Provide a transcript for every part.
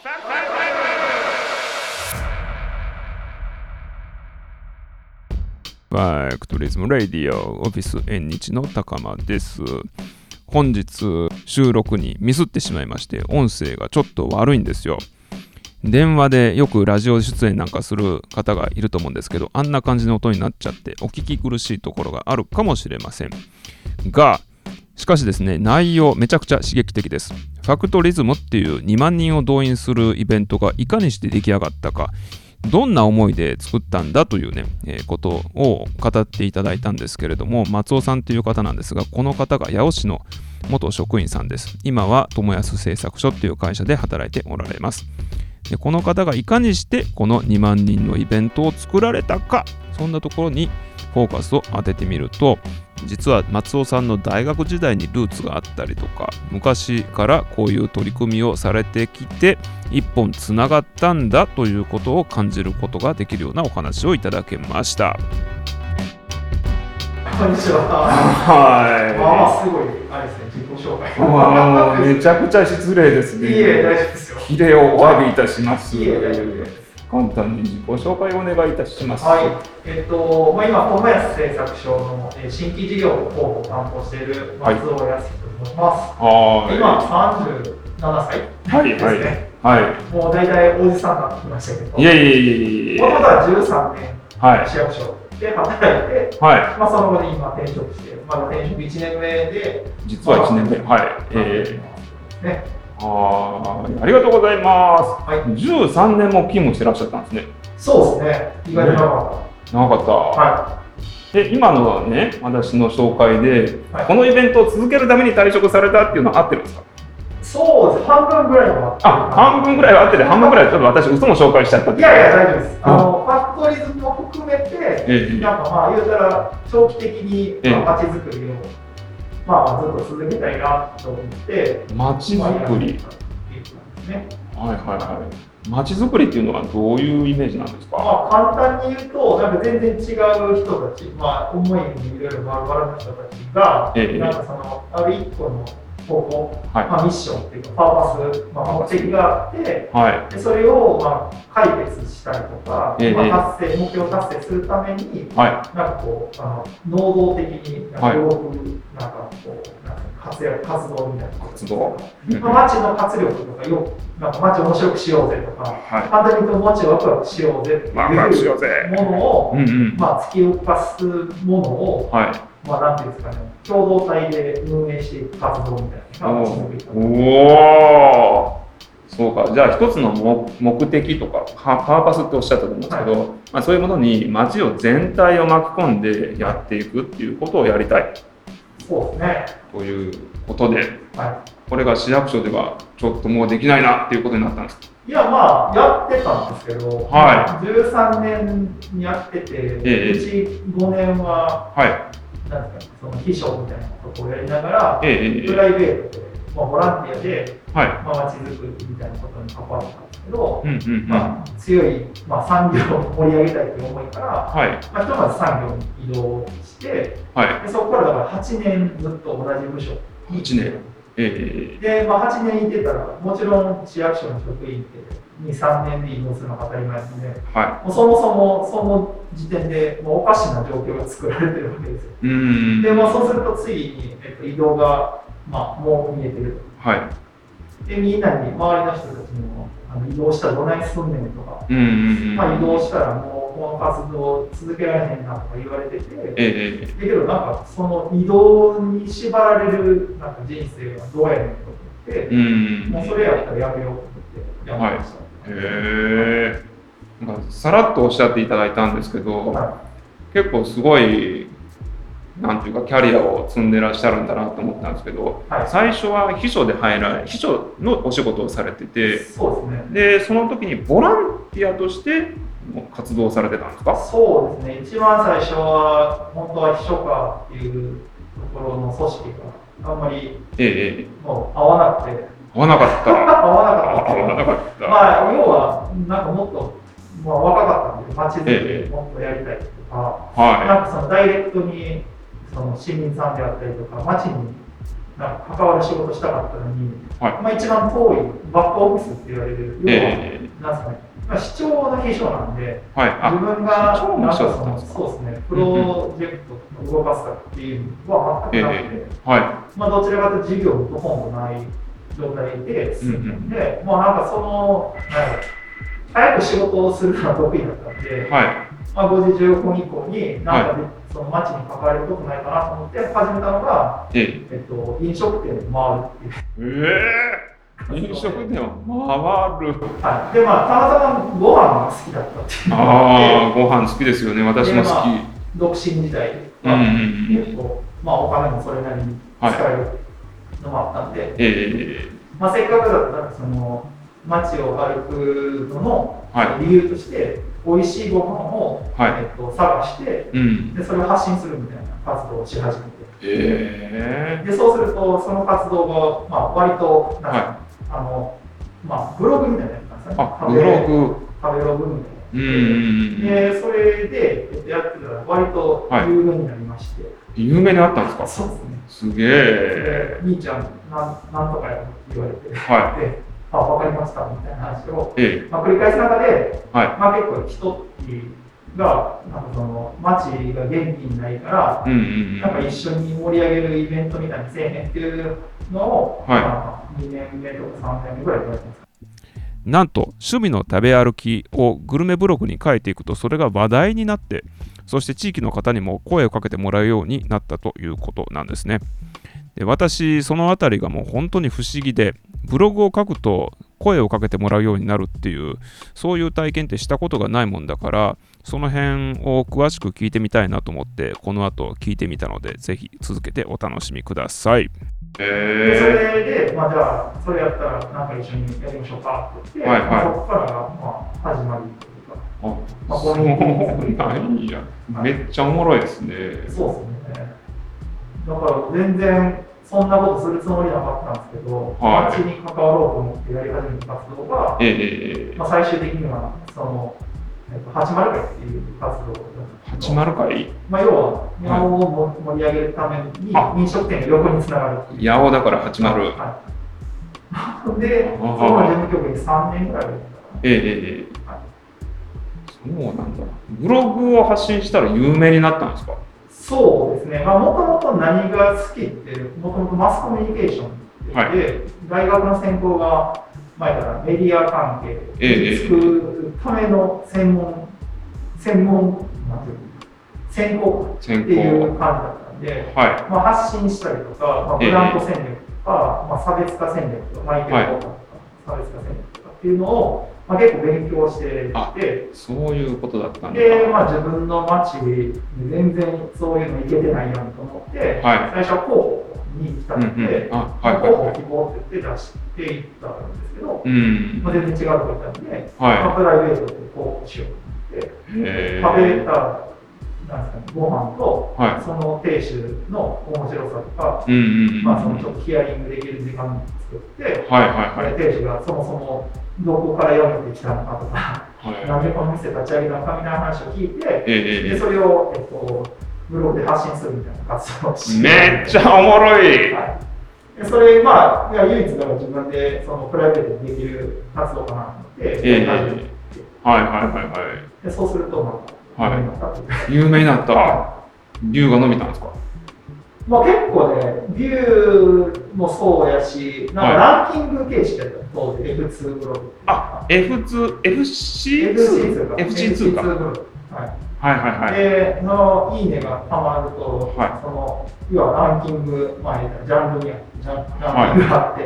ファクトリズムラディオオフィス縁日の高間です。本日収録にミスってしまいまして、音声がちょっと悪いんですよ。電話でよくラジオ出演なんかする方がいると思うんですけど、あんな感じの音になっちゃってお聞き苦しいところがあるかもしれませんが、しかしですね、内容めちゃくちゃ刺激的です。ファクトリズムっていう2万人を動員するイベントがいかにして出来上がったか、どんな思いで作ったんだというね、ことを語っていただいたんですけれども、松尾さんという方なんですが、この方が八尾市の元職員さんです。今は友安製作所っていう会社で働いておられます。でこの方がいかにしてこの2万人のイベントを作られたか、そんなところにフォーカスを当ててみると、実は松尾さんの大学時代にルーツがあったりとか、昔からこういう取り組みをされてきて一本つながったんだということを感じることができるようなお話をいただけました。 こんにちは。 はい。 すごいあれですね、自己紹介。 めちゃくちゃ失礼ですね。 いえ、大丈夫ですよ。 ひれをお詫びいたします。 いえ、大丈夫です。 簡単に自己紹介をお願いいたします。 はい。今、友安製作所の新規事業の方を担当している松尾康人と申します。今、37歳ですね。 はい。 もう大体おじさんになってきましたけど。 いえ。 もともとは13年、市役所で働いて、その後で今転職して、まだ転職1年目で。 実は1年目。ありがとうございます。13年も勤務してらっしゃったんですね。 そうですね。意外と長かった。 長かった。で、今のね、私の紹介で、このイベントを続けるために退職されたっていうのは合ってるんですか？ そうです。半分ぐらいは半分ぐらいは合ってて、半分ぐらいはちょっと私嘘の紹介しちゃったって。 いや、大丈夫です。ファクトリズムも含めて、なんか言うたら長期的に街づくりをずっと続けたいなと思って、 街づくり。街づくりっていうのはどういうイメージなんですか？ 簡単に言うと、なんか全然違う人たち、思いにいろいろバラバラな人たちが、なんかある一個の方向、ミッションっていうかパーパス、目的があって、でそれを解決したりとか、目標達成するために、なんかこう能動的に動く活動みたいな活動、街の活力とかなんか街を面白くしようぜとか、簡単に言うと街をワクワクしようぜっていうものを突き動かすものを、なんていうんですかね、共同体で運営していく活動みたいなのが続いています。 そうか、じゃあ一つの目的とかパーパスっておっしゃったと思うんですけど、そういうものに街を全体を巻き込んでやっていくっていうことをやりたい。 そうですね。 ということで、これが市役所ではちょっともうできないなっていうことになったんですか？ いや、やってたんですけど、13年やってて、うち5年は、なんですか、その秘書みたいなことをやりながら、プライベートで、ボランティアで、街づくりみたいなことに関わったんですけど、強い、産業を盛り上げたいという思いから、ひとまず産業に移動して、でそこからだから8年ずっと同じ部署に 8年。 で、8年いてたら、もちろん市役所の職員って2、3年で移動するのが当たり前なので、もうそもそもその時点でもうおかしな状況が作られてるわけですよ。で、そうすると次に、移動が、もう見えてると。で、みんなに、周りの人たちにも移動したらどないすんねんとか、移動したらもうこの活動続けられへんなとか言われてて、だけどなんかその移動に縛られるなんか人生はどうやねんと思って、もうそれやったらやめようと思ってやめました。 なんかさらっとおっしゃっていただいたんですけど、結構すごいなんていうかキャリアを積んでらっしゃるんだなと思ったんですけど、最初は秘書で入られ、秘書のお仕事をされてて、でその時にボランティアとして活動されてたんですか？ そうですね。一番最初は本当は秘書課っていうところの組織があんまりもう合わなくて、 合わなかった。 要はなんかもっと若かったんで街づくりもっとやりたいとか、なんかそのダイレクトにその市民さんであったりとか街になんか関わる仕事したかったのに、まあ、一番遠いバックオフィスって言われる、要は、なんすかね、まあ、市長の秘書なんで、自分がなんかそうですね、プロジェクトを動かすかっていうのは全くなくて、まあ、どちらかというと事業ほとんどない状態で進んで、もうなんかその、早く仕事をするのは得意だったんで、まあ、5時15分以降に、なんかで、その街に関われることないかなと思って始めたのが、飲食店を回るっていう。 飲食店を回る。 で、まあ、たまたまご飯が好きだったっていうのがあって、ご飯好きですよね、私も好き。 まあ、独身時代は、まあ、お金もそれなりに使えるのもあったんで、まあ、せっかくだったら、その、街を歩くのの理由として、美味しいご飯を、探して、でそれを発信するみたいな活動をし始めて、でそうするとその活動が、まあ、割となんか、まあ、ブログみたいなやつなんですね。食べログみたいな。でそれでやってたら割と有名になりまして。 有名になったんですか？ そうですね。 すげえ。 兄ちゃんなんとかやって言われて。分かりましたみたいな話を、まあ、繰り返す中で、まあ、結構人がなんかその街が元気にないから、なんか一緒に盛り上げるイベントみたいにせえへんっていうのを、まあ、2年目とか3年目ぐらいでやってます。 なんと趣味の食べ歩きをグルメブログに書いていくとそれが話題になって、そして地域の方にも声をかけてもらうようになったということなんですね。で、私そのあたりがもう本当に不思議で、ブログを書くと声をかけてもらうようになるっていう、そういう体験ってしたことがないもんだから、その辺を詳しく聞いてみたいなと思ってこの後聞いてみたので、ぜひ続けてお楽しみください。 それで、まあ、じゃあそれやったらなんか一緒にやりましょうかって言って、そこからが、まあ、始まりというか、まあ、このめっちゃおもろいですね。 そうですね。だから全然そんなことするつもりなかったんですけど、街に関わろうと思ってやり始めた活動が、まあ、最終的にはその80会っていう活動だったんですけど、80会、 まあ、要は八尾を盛り上げるために飲食店が横につながるっていう。 八尾だから80。 で、その事務局に3年ぐらいだったかな。 そうなんだ。ブログを発信したら有名になったんですか？ そうですね、まあ、もともと何が好きって、もともとマスコミュニケーションで、大学の専攻が前からメディア関係に作るための専門なんていう専攻っていう感じだったんで、まあ、発信したりとか、まあ、ブランド戦略とか、まあ、差別化戦略とか、マイケル・ポーターとか、差別化戦略とかっていうのを、まあ、結構勉強してて、 そういうことだったんだ。 で、まあ、自分の街に全然そういうのいけてないやんと思って、最初は候補に来たので、候補希望って言って出していったんですけど、まあ、全然違うとこ行ったんで、まあ、プライベートで候補しようと思って、食べたなんですかね、ご飯と、その亭主の面白さとか、まあ、そのちょっとヒアリングできる時間を作って、亭主がそもそもどこから読めてきたのかとか、なんでこの店立ち上げたのかみたいな話を聞いて、でそれを、ブログで発信するみたいな活動をして。 めっちゃおもろい。 それ、まあ、唯一だから自分でそのプライベートでできる活動かなと思って、でそうすると、まあ、 有名になった。ビューが伸びたんですか？ まあ結構ね、ビューもそうやし、なんかランキング形式だった当時、F2 ブログ。 F2、FC2 か。FC2 か。 で、のいいねがたまると、その要はランキング、まあ、ジャンルにジャンルがあって、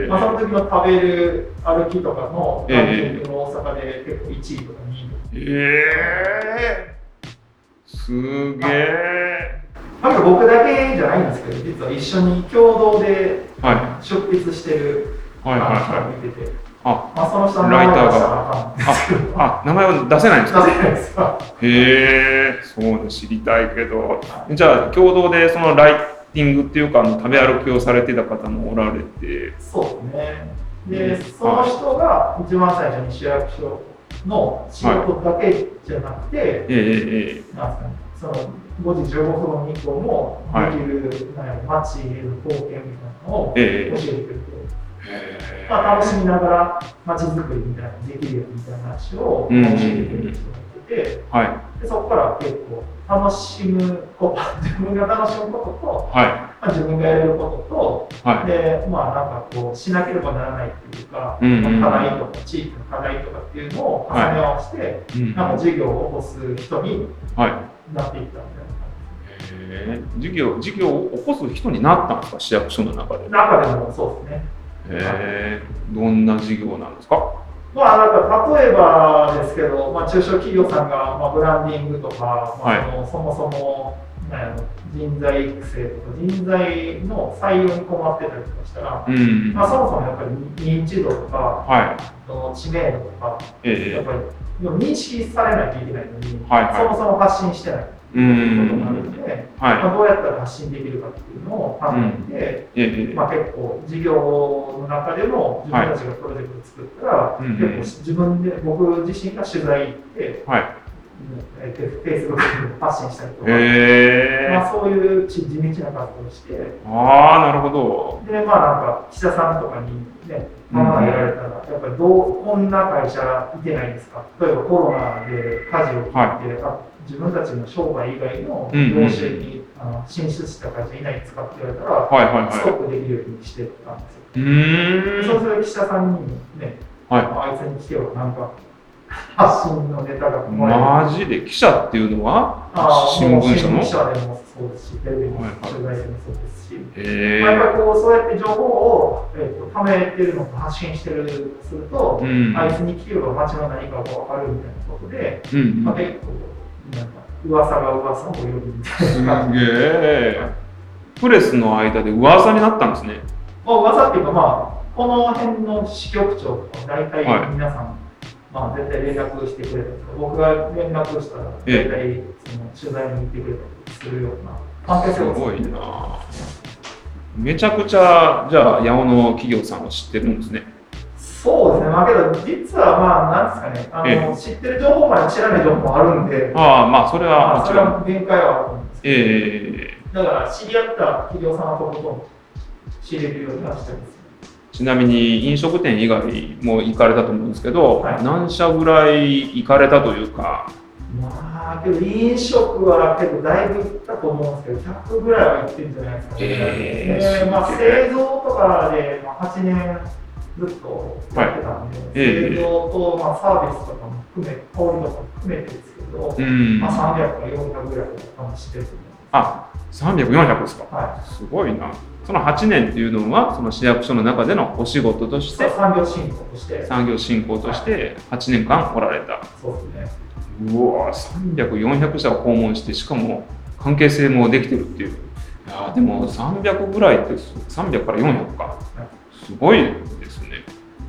まあ、その時の食べる歩きとかのランキングの大阪で結構1位とか2位とか。 すげえ。 なんか僕だけじゃないんですけど、実は一緒に共同で執筆してる人が見てて、まあその人の名前を出したらあかんんですけど、 名前は出せないんですか？ 出せないですか。 へえ、そうだ、知りたいけど、じゃあ共同でそのライティングっていうか食べ歩きをされてた方もおられて。 そうですね。で、その人が一番最初に市役所の仕事だけじゃなくて、なんですかね、 その5時15分以降もできる、街への貢献みたいなのを教えてくれて、楽しみながら街づくりみたいなのができるよみたいな話を教えてくれる人がいて、でそこから結構楽しむこと、自分が楽しむことと、自分がやれることと、でこうしなければならないっていうか、課題とか地域の課題とかっていうのを重ね合わせて、事業を起こす人になっていったみたいな。 事業を起こす人になったんですか、市役所の中で。 中でもそうですね。どんな事業なんですか。 例えばですけど、中小企業さんが、ブランディングとか、そもそも人材育成とか人材の採用に困ってたりとかしたら、そもそもやっぱり認知度とか、知名度とか、やっぱり認識されないといけないのに、そもそも発信してない。ということがあるので、どうやったら発信できるかっていうのを考えて、結構事業の中でも自分たちがプロジェクトを作ったら、結構僕自身が取材行って、Facebook で発信したりとか、そういう地道な活動をして、 なるほど。 で、記者さんとかにね、やられたら、やっぱりこんな会社いてないですか。例えばコロナで舵を切って、自分たちの商売以外の業種に進出した会社いないですかって言われたら、ストックできるようにしてたんですよ。そうすると記者さんにね、あいつに来てよ、発信のネタがマジで記者っていうのは新聞社の記者でもそうですし、テレビの取材でもそうですし、やっぱりそうやって情報を貯めてるのと発信してるとすると、あいつに来てよ、街の何かが分かるみたいなことで、結構噂が噂を呼ぶみたいな。 すげえ。プレスの間で噂になったんですね。 噂っていうか、この辺の支局長とか大体皆さん、絶対連絡してくれたりとか、僕が連絡したら大体その取材に行ってくれたりするような関係性がすごいな。めちゃくちゃじゃあ八尾の企業さんを知ってるんですね。 そうですね。けど実はなんですかね、知ってる情報まで知らない情報もあるんで、 それはもちろん限界はあるんですけど、だから知り合った企業さんはとことん知れるようにはしてます。 ちなみに飲食店以外も行かれたと思うんですけど、何社ぐらい行かれたというか。 けど飲食は結構だいぶ行ったと思うんですけど、100ぐらいは行ってるんじゃないですかね。製造とかで8年ずっとやってたんで、製造とサービスとかも含め、香りとかも含めてですけど、300から400ぐらいはしてると思います。 300、400ですか。すごいな。その8年っていうのは、その市役所の中でのお仕事として、 産業振興として 8年間おられた。 そうですね。 300、400社を訪問して、しかも関係性もできてるっていう。でも300ぐらいって、300から400か。すごいですね。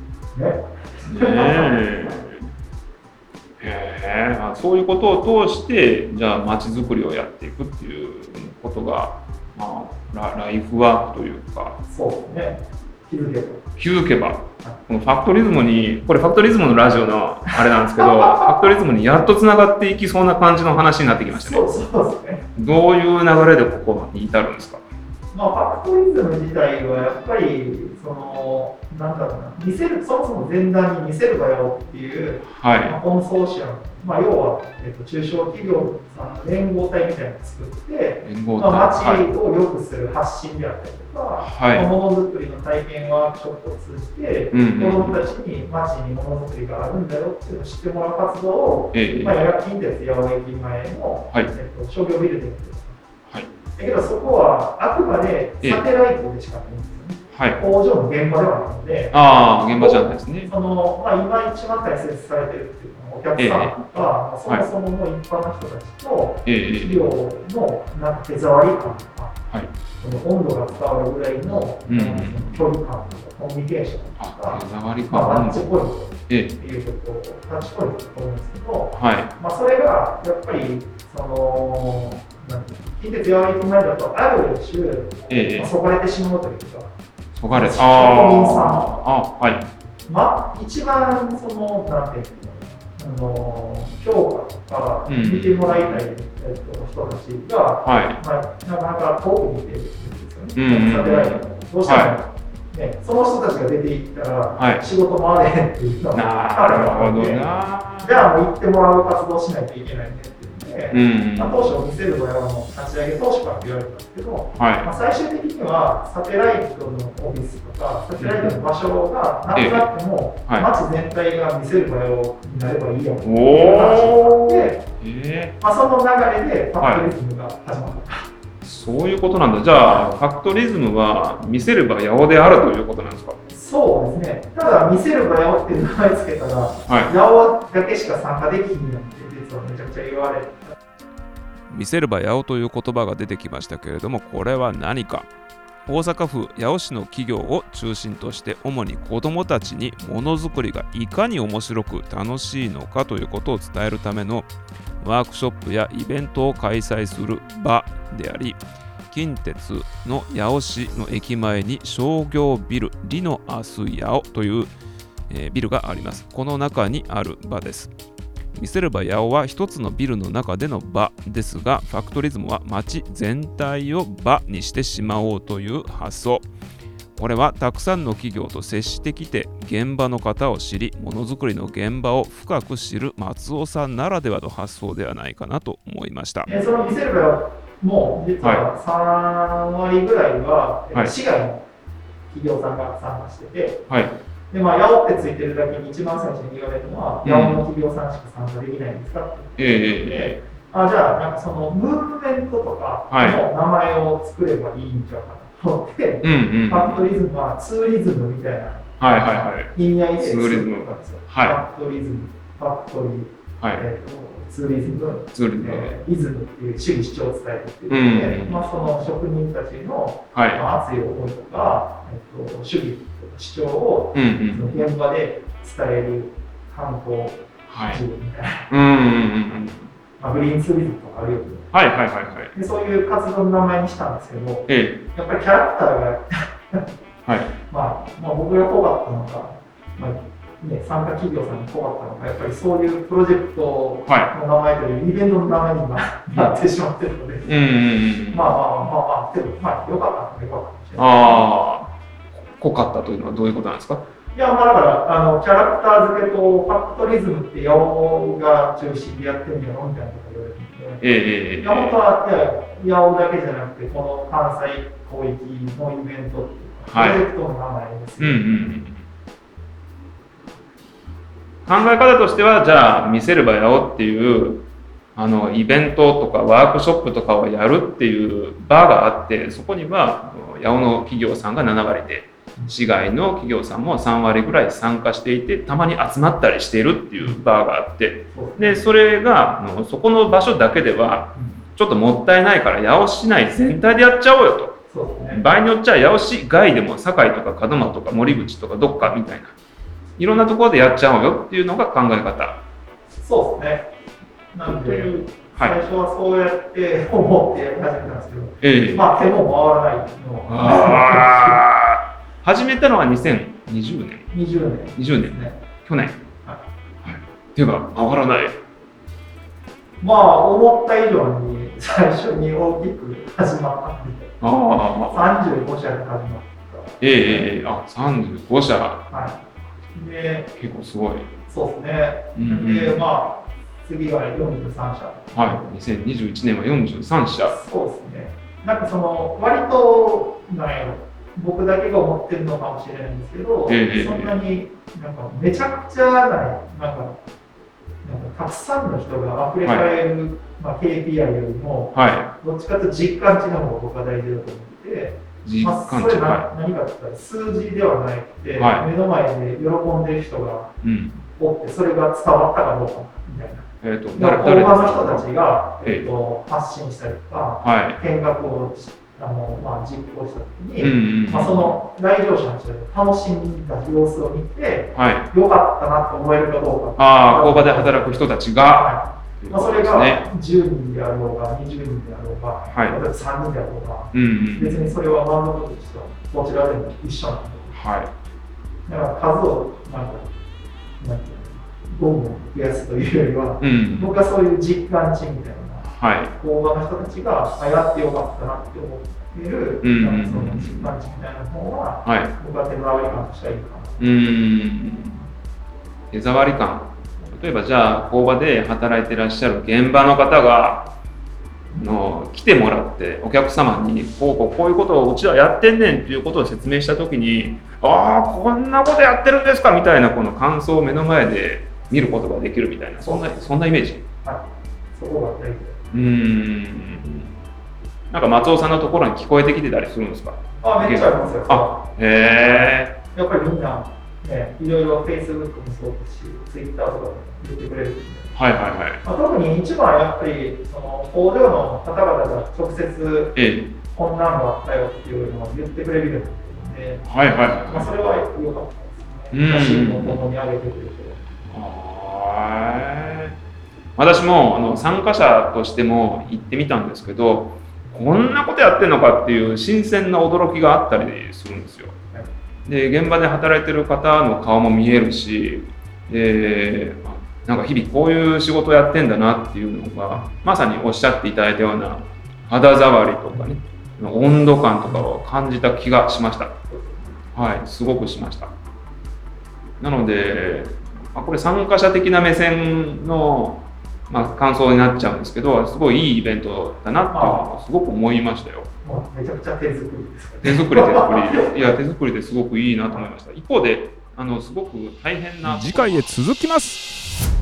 そういうことを通して、じゃあ街づくりをやっていくっていうことが、ライフワークというか。 そうですね。 気づけば。このファクトリズムに、これファクトリズムのラジオのあれなんですけど、ファクトリズムにやっとつながっていきそうな感じの話になってきましたね。 そうですね。 どういう流れでここに至るんですか。 ファクトリズム自体はやっぱりそもそも前段に見せるがよっていう、コンソーシアム、要は、中小企業さんの連合体みたいなのを作って、街を良くする発信であったりとか、ものづくりの体験ワークショップを通じて、子どもたちに街にものづくりがあるんだよっていうのを知ってもらう活動を、近鉄八尾駅前の、商業ビルディングだけどそこはあくまでサテライトでしかないんですよね。工場の現場ではないので、 現場じゃないですね。 今一番大切されてるっていうのはお客さんとか、そもそもの一般の人たちと企業の手触り感とか、温度が伝わるぐらいの距離感とかコミュニケーションとか、タッチポイントっていうことをタッチポイントだと思うんですけど、それがやっぱり近鉄八尾駅前だとある種、そがれてしまうというか、 そがれ国民さん、一番なんていうの、 評価とか見てもらいたい、人たちが、なかなか遠くにいてるんですよね、サテライトも。どうしても、ね、その人たちが出ていったら、仕事回れへんっていうのがあるので、じゃあもう行ってもらう活動しないといけないねっていうので、当初見せる場合はもう立ち上げ当初から言われたんですけど、最終的にはサテライトのオフィスとか、サテライトの場所がなくなっても、街全体が見せる場所になればいいよっていう話があって、その流れでファクトリズムが始まった。 そういうことなんだ。じゃあ、ファクトリズムは見せる場八尾であるということなんですか？ そうですね。ただ、見せる場八尾っていう名前つけたら、八尾だけしか参加できひんなんて実はめちゃくちゃ言われて。 見せる場八尾という言葉が出てきましたけれども、これは何か？大阪府八尾市の企業を中心として、主に子どもたちにものづくりがいかに面白く楽しいのかということを伝えるためのワークショップやイベントを開催する場であり、近鉄の八尾市の駅前に商業ビルリノアス八尾という、ビルがあります。この中にある場です。見せる場八尾は一つのビルの中での場ですが、ファクトリズムは街全体を場にしてしまおうという発想。これはたくさんの企業と接してきて現場の方を知り、ものづくりの現場を深く知る松尾さんならではの発想ではないかなと思いました。 その見せる場も実は3割ぐらいは、市外の企業さんが参加してて、で八尾ってついてるだけに一番最初に言われるのは、八尾の企業さんしか参加できないんですかって言って、じゃあなんかそのムーブメントとかの名前を作ればいいんじゃないかな。で、ファクトリズムはツーリズムみたいな意味合いで作ったんですよ。ファクトリズム、ファクトリー、ツーリズム、イズムっていう主義主張を伝えるっていうので、その職人たちの熱い思いとか、主義とか主張をその現場で伝える観光事業みたいな。グリーンツーリズムとかあるよね。でそういう活動の名前にしたんですけど、やっぱりキャラクターが僕が濃かったのか、参加企業さんに濃かったのか、やっぱりそういうプロジェクトの名前というイベントの名前になってしまっているので、でも良かったのは良かったかもしれない。 濃かったというのはどういうことなんですか？ いやだからキャラクター付けとファクトリズムって八尾が中心でやってるんやろみたいなこと言われてて、本当は八尾だけじゃなくてこの関西広域のイベントっていうか、プロジェクトの名前ですよ。 考え方としては、じゃあ見せる場八尾っていうイベントとかワークショップとかをやるっていう場があって、そこには八尾の企業さんが7割で、市外の企業さんも3割ぐらい参加していて、たまに集まったりしているっていうバーがあって、でそれがそこの場所だけではちょっともったいないから、八尾市内全体でやっちゃおうよと。場合によっちゃ八尾市外でも堺とか門真とか森口とかどっかみたいな、いろんなところでやっちゃおうよっていうのが考え方。 そうですね。なんで最初はそうやって思ってやり始めたんですけど、手も回らないの。 始めたのは2020年。20年。去年。手が回らない。 思った以上に最初に大きく始まったんで、35社で始まった。 35社。 で結構すごい。 そうですね。で、次は43社。 2021年は43社。 そうですね。なんか割と僕だけが思ってるのかもしれないんですけど、そんなになんかめちゃくちゃなんかたくさんの人が溢れ返る、KPI よりも、どっちかというと実感値の方が僕は大事だと思ってて、それ何かって言ったら数字ではなくて、目の前で喜んでる人がおって、それが伝わったかどうかみたいな。他の人たちが、発信したりとか、見学を実行したときに、その来場者の人が楽しんだ様子を見て、良かったなと思えるかどうか。 工場で働く人たちが、 それが10人であろうが、20人であろうが、例えば3人であろうが、別にそれは満足としてはこちらでも一緒なんで、だから数をゴムを増やすというよりは、僕はそういう実感値みたいな、工場の人たちがやってよかったなって思っている、その実感値みたいな方が、僕は手触り感としてはいいかな。 手触り感。例えばじゃあ工場で働いてらっしゃる現場の方が来てもらってお客様にこういうことをうちはやってんねんっていうことを説明した時にこんなことやってるんですかみたいなこの感想を目の前で見ることができるみたいなそんなイメージ。 そこが大事。なんか松尾さんのところに聞こえてきてたりするんですか？ めっちゃありますよ。やっぱりみんな、いろいろ Facebook もそうですし Twitter とかで言ってくれるんで、特に一番やっぱりその工場の方々が直接こんなんがあったよっていうのを言ってくれるようになってるので、それは良かったですね。写真も共に上げてくれて。 私も参加者としても行ってみたんですけど、こんなことやってるのかっていう新鮮な驚きがあったりするんですよ。で現場で働いてる方の顔も見えるし、なんか日々こういう仕事をやってんだなっていうのがまさにおっしゃっていただいたような肌触りとかね、温度感とかを感じた気がしました。すごくしました。なのでこれ参加者的な目線の感想になっちゃうんですけど、すごいいいイベントだなっていうのをすごく思いましたよ。 めちゃくちゃ手作りですか？ 手作り。いや手作りですごくいいなと思いました。一方ですごく大変な。次回へ続きます。